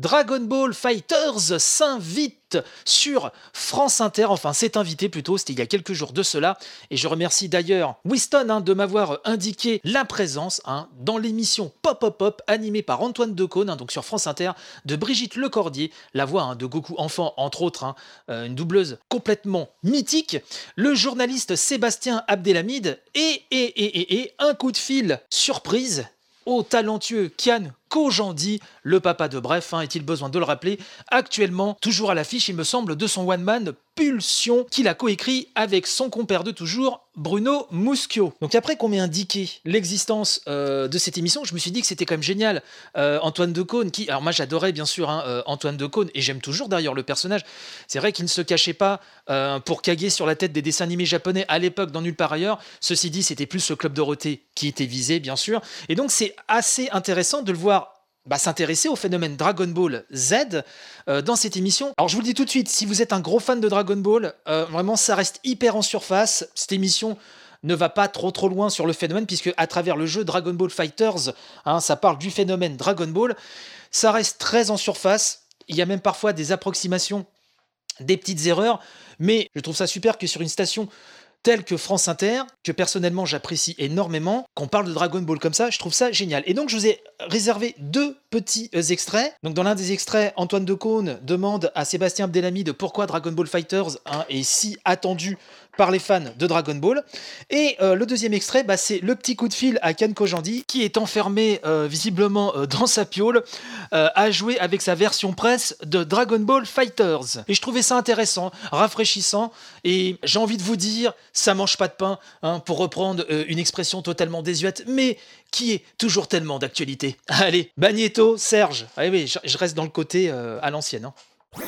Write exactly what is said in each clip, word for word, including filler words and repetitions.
Dragon Ball Fighters s'invite sur France Inter, enfin s'est invité plutôt, c'était il y a quelques jours de cela, et je remercie d'ailleurs Winston hein, de m'avoir indiqué la présence hein, dans l'émission Pop Pop Pop animée par Antoine Decaune, hein, donc sur France Inter, de Brigitte Lecordier, la voix hein, de Goku enfant entre autres, hein, euh, une doubleuse complètement mythique, le journaliste Sébastien Abdelhamid et, et, et, et, et un coup de fil surprise au talentueux Kian Kojandi, le papa de Bref, hein, est-il besoin de le rappeler, actuellement toujours à l'affiche, il me semble, de son one-man Pulsion, qu'il a coécrit avec son compère de toujours, Bruno Muschio. Donc après qu'on m'ait indiqué l'existence euh, de cette émission, je me suis dit que c'était quand même génial. Euh, Antoine Decaune, qui, alors moi j'adorais bien sûr hein, euh, Antoine Decaune, et j'aime toujours d'ailleurs le personnage. C'est vrai qu'il ne se cachait pas euh, pour caguer sur la tête des dessins animés japonais à l'époque dans Nulle part ailleurs. Ceci dit, c'était plus le Club Dorothée qui était visé, bien sûr. Et donc c'est assez intéressant de le voir Bah, s'intéresser au phénomène Dragon Ball Z euh, dans cette émission. Alors je vous le dis tout de suite, si vous êtes un gros fan de Dragon Ball, euh, vraiment ça reste hyper en surface. Cette émission ne va pas trop trop loin sur le phénomène, puisque à travers le jeu Dragon Ball Fighters, hein, ça parle du phénomène Dragon Ball. Ça reste très en surface. Il y a même parfois des approximations, des petites erreurs, mais je trouve ça super que sur une station telle que France Inter, que personnellement j'apprécie énormément, qu'on parle de Dragon Ball comme ça, je trouve ça génial. Et donc je vous ai réservé deux petits euh, extraits. Donc dans l'un des extraits, Antoine Decaune demande à Sébastien Abdelhamid pourquoi Dragon Ball Fighters hein, est si attendu par les fans de Dragon Ball. Et euh, le deuxième extrait, bah, c'est le petit coup de fil à Kian Kojandi, qui est enfermé euh, visiblement euh, dans sa piole, euh, à jouer avec sa version presse de Dragon Ball Fighters. Et je trouvais ça intéressant, rafraîchissant, et j'ai envie de vous dire, ça mange pas de pain, hein, pour reprendre euh, une expression totalement désuète, mais qui est toujours tellement d'actualité. Allez, Magneto, Serge. Ah oui, je, je reste dans le côté euh, à l'ancienne. Hein.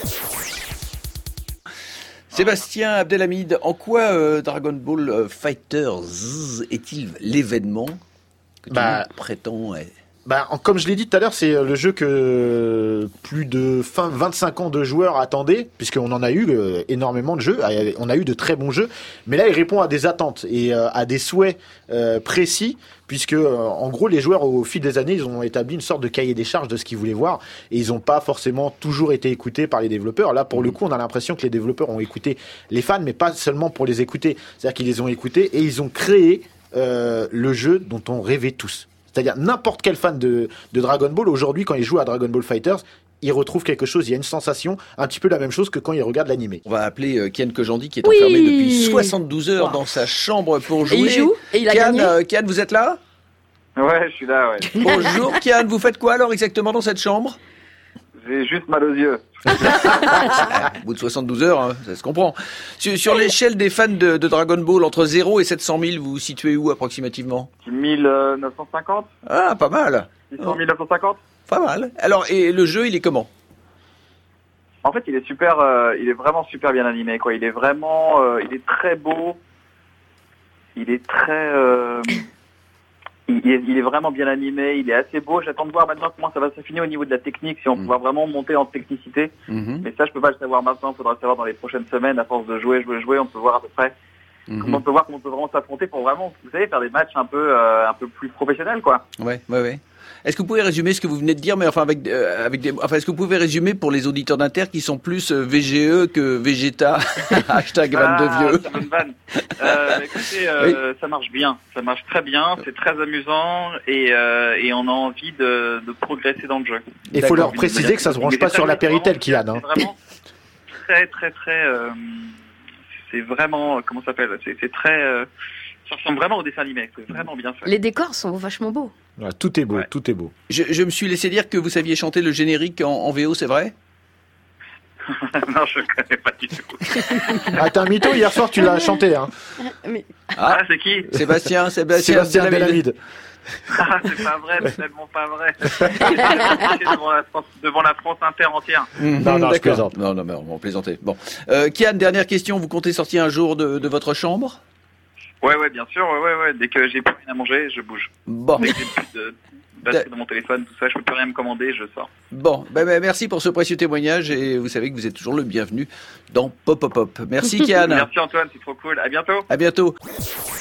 Sébastien Abdelhamid, en quoi euh, Dragon Ball Fighters est-il l'événement que tu bah, prétends être? Bah, comme je l'ai dit tout à l'heure, c'est le jeu que plus de vingt-cinq ans de joueurs attendaient, puisqu'on en a eu euh, énormément de jeux, on a eu de très bons jeux, mais là il répond à des attentes et euh, à des souhaits euh, précis, puisque euh, en gros les joueurs au fil des années ils ont établi une sorte de cahier des charges de ce qu'ils voulaient voir, et ils n'ont pas forcément toujours été écoutés par les développeurs. Là pour le coup on a l'impression que les développeurs ont écouté les fans, mais pas seulement pour les écouter, c'est-à-dire qu'ils les ont écoutés et ils ont créé euh, le jeu dont on rêvait tous. C'est-à-dire n'importe quel fan de, de Dragon Ball, aujourd'hui, quand il joue à Dragon Ball Fighters, il retrouve quelque chose, il y a une sensation, un petit peu la même chose que quand il regarde l'animé. On va appeler euh, Kian Kojandi, qui est oui. enfermé depuis soixante-douze heures wow. dans sa chambre pour jouer. Et il joue, et il a Kian, gagné. Euh, Kian, vous êtes là ? Ouais, je suis là, ouais. Bonjour Kian, vous faites quoi alors exactement dans cette chambre ? J'ai juste mal aux yeux. Au bout de soixante-douze heures, hein, ça se comprend. Sur, sur l'échelle des fans de, de Dragon Ball, entre zéro et sept cent mille, vous vous situez où approximativement ? mille neuf cent cinquante. Ah, pas mal. six cents, mille neuf cent cinquante. Pas mal. Alors, et le jeu, il est comment ? En fait, il est super, euh, il est vraiment super bien animé, quoi. Il est vraiment, euh, il est très beau. Il est très... Euh... Il est, il est vraiment bien animé, il est assez beau. J'attends de voir maintenant comment ça va s'affiner au niveau de la technique, si on mmh. peut vraiment monter en technicité. Mmh. Mais ça, je peux pas le savoir maintenant. Il faudra le savoir dans les prochaines semaines. À force de jouer, jouer, jouer, on peut voir à peu près. Mmh. On peut voir comment on peut vraiment s'affronter pour vraiment, vous savez, faire des matchs un peu, euh, un peu plus professionnels, quoi. Ouais, ouais, ouais. Est-ce que vous pouvez résumer ce que vous venez de dire, mais enfin avec, euh, avec des, enfin est-ce que vous pouvez résumer pour les auditeurs d'Inter qui sont plus euh, V G E que Vegeta, hashtag vingt-deux ah, vieux. C'est une vanne. Euh, écoutez, euh, oui. ça marche bien, ça marche très bien, c'est très amusant et, euh, et on a envie de, de progresser dans le jeu. Il faut leur préciser que ça se branche pas sur la Péritel, Kylian. Hein. C'est vraiment très très très, euh, c'est vraiment comment ça s'appelle, c'est, c'est très euh, ça ressemble vraiment au dessin animé, c'est vraiment bien fait. Les décors sont vachement beaux. Ouais, tout est beau, ouais. tout est beau. Je, je me suis laissé dire que vous saviez chanter le générique en, en V O, c'est vrai ? Non, je ne connais pas du tout. Ah, t'es un mytho, hier soir tu l'as chanté. Hein. Mais... Ah, ah, c'est qui ? Sébastien, Sébastien, Sébastien Abdelhamid. Ah, c'est pas vrai, c'est tellement pas vrai. devant, la France, devant la France Inter entière. Mmh, non, non, je plaisante. Non, non, mais on va plaisanter. Bon. Euh, Kian, dernière question, vous comptez sortir un jour de, de votre chambre ? Ouais, ouais, bien sûr, ouais, ouais, ouais. Dès que j'ai plus rien à manger, je bouge. Bon. Dès que j'ai plus de batterie dans mon téléphone, tout ça, je peux plus rien me commander, je sors. Bon, ben, ben merci pour ce précieux témoignage et vous savez que vous êtes toujours le bienvenu dans Pop Pop Pop. Merci Kian. Merci Antoine, c'est trop cool. À bientôt. À bientôt.